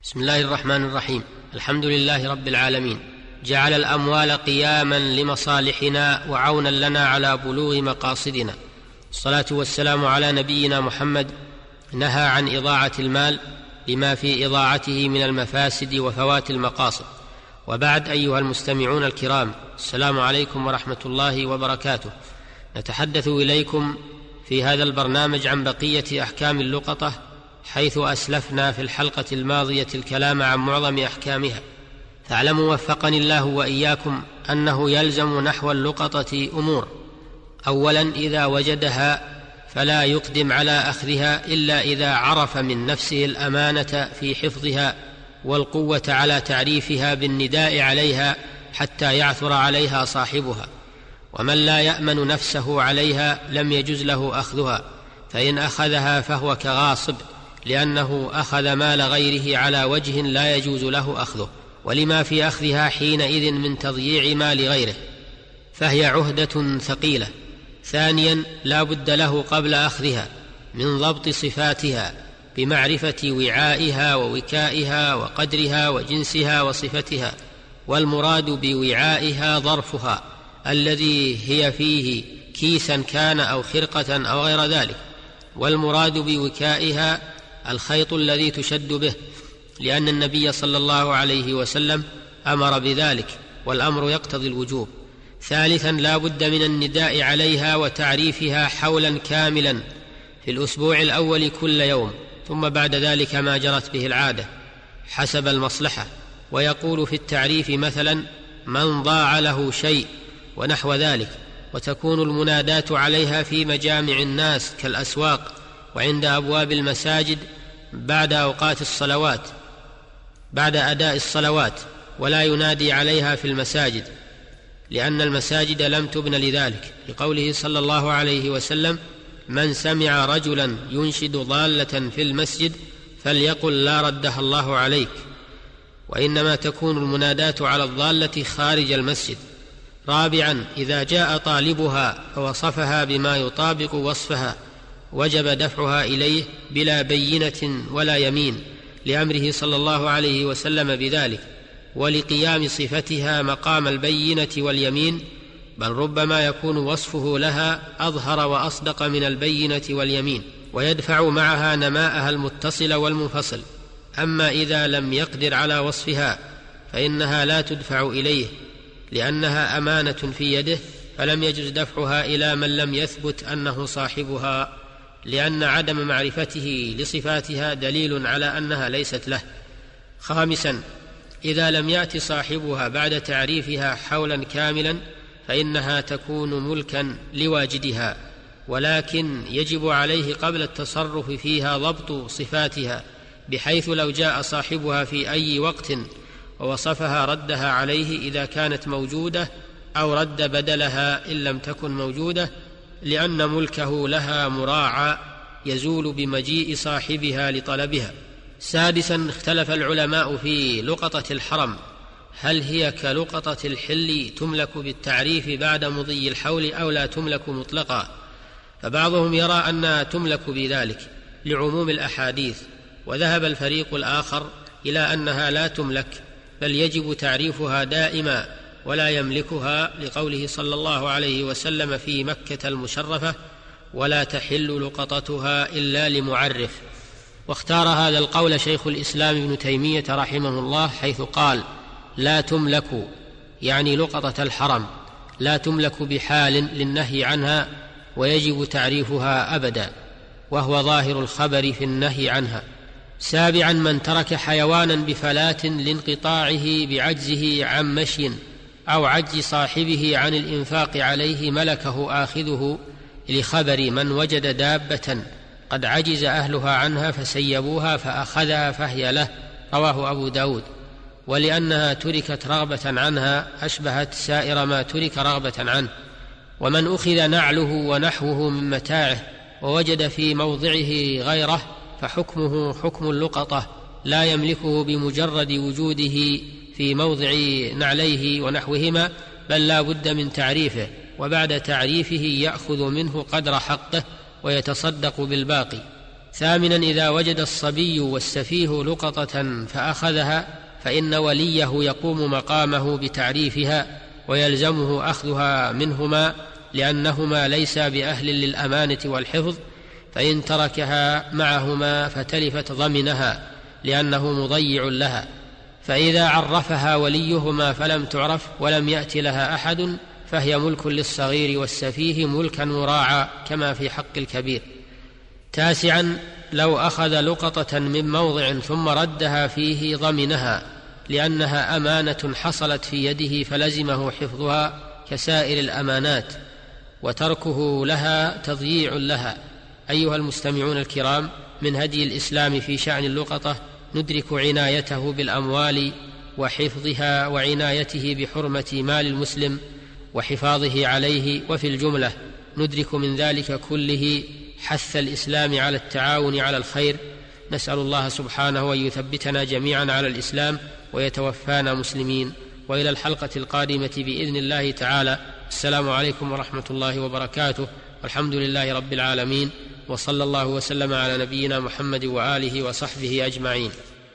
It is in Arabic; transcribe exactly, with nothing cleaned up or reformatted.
بسم الله الرحمن الرحيم. الحمد لله رب العالمين، جعل الأموال قياما لمصالحنا وعونا لنا على بلوغ مقاصدنا. الصلاة والسلام على نبينا محمد، نهى عن إضاعة المال لما في إضاعته من المفاسد وفوات المقاصد. وبعد، أيها المستمعون الكرام، السلام عليكم ورحمة الله وبركاته. نتحدث إليكم في هذا البرنامج عن بقية أحكام اللقطة، حيث أسلفنا في الحلقة الماضية الكلام عن معظم أحكامها. فاعلموا وفقني الله وإياكم أنه يلزم نحو اللقطة أمور: أولا، إذا وجدها فلا يقدم على أخذها إلا إذا عرف من نفسه الأمانة في حفظها والقوة على تعريفها بالنداء عليها حتى يعثر عليها صاحبها. ومن لا يأمن نفسه عليها لم يجز له أخذها، فإن أخذها فهو كغاصب، لأنه أخذ مال غيره على وجه لا يجوز له أخذه، ولما في أخذها حينئذ من تضييع مال غيره، فهي عهدة ثقيلة. ثانيا، لا بد له قبل أخذها من ضبط صفاتها بمعرفة وعائها ووكائها وقدرها وجنسها وصفتها. والمراد بوعائها ظرفها الذي هي فيه، كيسا كان أو خرقة أو غير ذلك. والمراد بوكائها الخيط الذي تشد به، لأن النبي صلى الله عليه وسلم أمر بذلك، والأمر يقتضي الوجوب. ثالثا، لا بد من النداء عليها وتعريفها حولا كاملا في الأسبوع الأول كل يوم، ثم بعد ذلك ما جرت به العادة حسب المصلحة. ويقول في التعريف مثلا: من ضاع له شيء ونحو ذلك. وتكون المنادات عليها في مجامع الناس كالأسواق وعند أبواب المساجد بعد أوقات الصلوات، بعد أداء الصلوات، ولا ينادي عليها في المساجد، لأن المساجد لم تبن لذلك، لقوله صلى الله عليه وسلم: من سمع رجلا ينشد ضالة في المسجد فليقل لا ردها الله عليك. وإنما تكون المنادات على الضالة خارج المسجد. رابعا، إذا جاء طالبها فوصفها بما يطابق وصفها وجب دفعها إليه بلا بينة ولا يمين، لأمره صلى الله عليه وسلم بذلك، ولقيام صفتها مقام البينة واليمين، بل ربما يكون وصفه لها أظهر وأصدق من البينة واليمين، ويدفع معها نماءها المتصل والمنفصل. أما إذا لم يقدر على وصفها فإنها لا تدفع إليه، لأنها أمانة في يده، فلم يجز دفعها إلى من لم يثبت أنه صاحبها، لأن عدم معرفته لصفاتها دليل على أنها ليست له. خامسا، إذا لم يأت صاحبها بعد تعريفها حولا كاملا فإنها تكون ملكا لواجدها، ولكن يجب عليه قبل التصرف فيها ضبط صفاتها، بحيث لو جاء صاحبها في أي وقت ووصفها ردها عليه إذا كانت موجودة، أو رد بدلها إن لم تكن موجودة، لأن ملكه لها مراعى يزول بمجيء صاحبها لطلبها. سادسا، اختلف العلماء في لقطة الحرم، هل هي كلقطة الحل تملك بالتعريف بعد مضي الحول أو لا تملك مطلقا؟ فبعضهم يرى أنها تملك بذلك لعموم الأحاديث، وذهب الفريق الآخر إلى أنها لا تملك، بل يجب تعريفها دائما ولا يملكها، لقوله صلى الله عليه وسلم في مكة المشرفة: ولا تحل لقطتها إلا لمعرف. واختار هذا القول شيخ الإسلام ابن تيمية رحمه الله، حيث قال: لا تملك، يعني لقطة الحرم لا تملك بحال للنهي عنها، ويجب تعريفها أبدا، وهو ظاهر الخبر في النهي عنها. سابعا، من ترك حيوانا بفلاة لانقطاعه بعجزه عن مشي أو عجز صاحبه عن الإنفاق عليه ملكه آخذه، لخبر من وجد دابة قد عجز أهلها عنها فسيبوها فأخذها فهي له، رواه أبو داود. ولأنها تركت رغبة عنها أشبهت سائر ما ترك رغبة عنه. ومن أخذ نعله ونحوه من متاعه ووجد في موضعه غيره فحكمه حكم اللقطة، لا يملكه بمجرد وجوده في موضع نعليه ونحوهما، بل لا بد من تعريفه، وبعد تعريفه يأخذ منه قدر حقه ويتصدق بالباقي. ثامنا إذا وجد الصبي والسفيه لقطة فأخذها فإن وليه يقوم مقامه بتعريفها ويلزمه أخذها منهما لأنهما ليسا بأهل للأمانة والحفظ، فإن تركها معهما فتلفت ضمنها لأنه مضيع لها. فإذا عرفها وليهما فلم تعرف ولم يأت لها أحد فهي ملك للصغير والسفيه ملكا مراعى كما في حق الكبير. تاسعا لو أخذ لقطة من موضع ثم ردها فيه ضمنها لأنها أمانة حصلت في يده فلزمه حفظها كسائر الأمانات، وتركه لها تضييع لها. أيها المستمعون الكرام، من هدي الإسلام في شأن اللقطة ندرك عنايته بالأموال وحفظها وعنايته بحرمة مال المسلم وحفاظه عليه، وفي الجملة ندرك من ذلك كله حث الإسلام على التعاون على الخير. نسأل الله سبحانه أن يثبتنا جميعا على الإسلام ويتوفانا مسلمين. وإلى الحلقة القادمة بإذن الله تعالى. السلام عليكم ورحمة الله وبركاته، والحمد لله رب العالمين، وصلى الله وسلم على نبينا محمد وآله وصحبه أجمعين.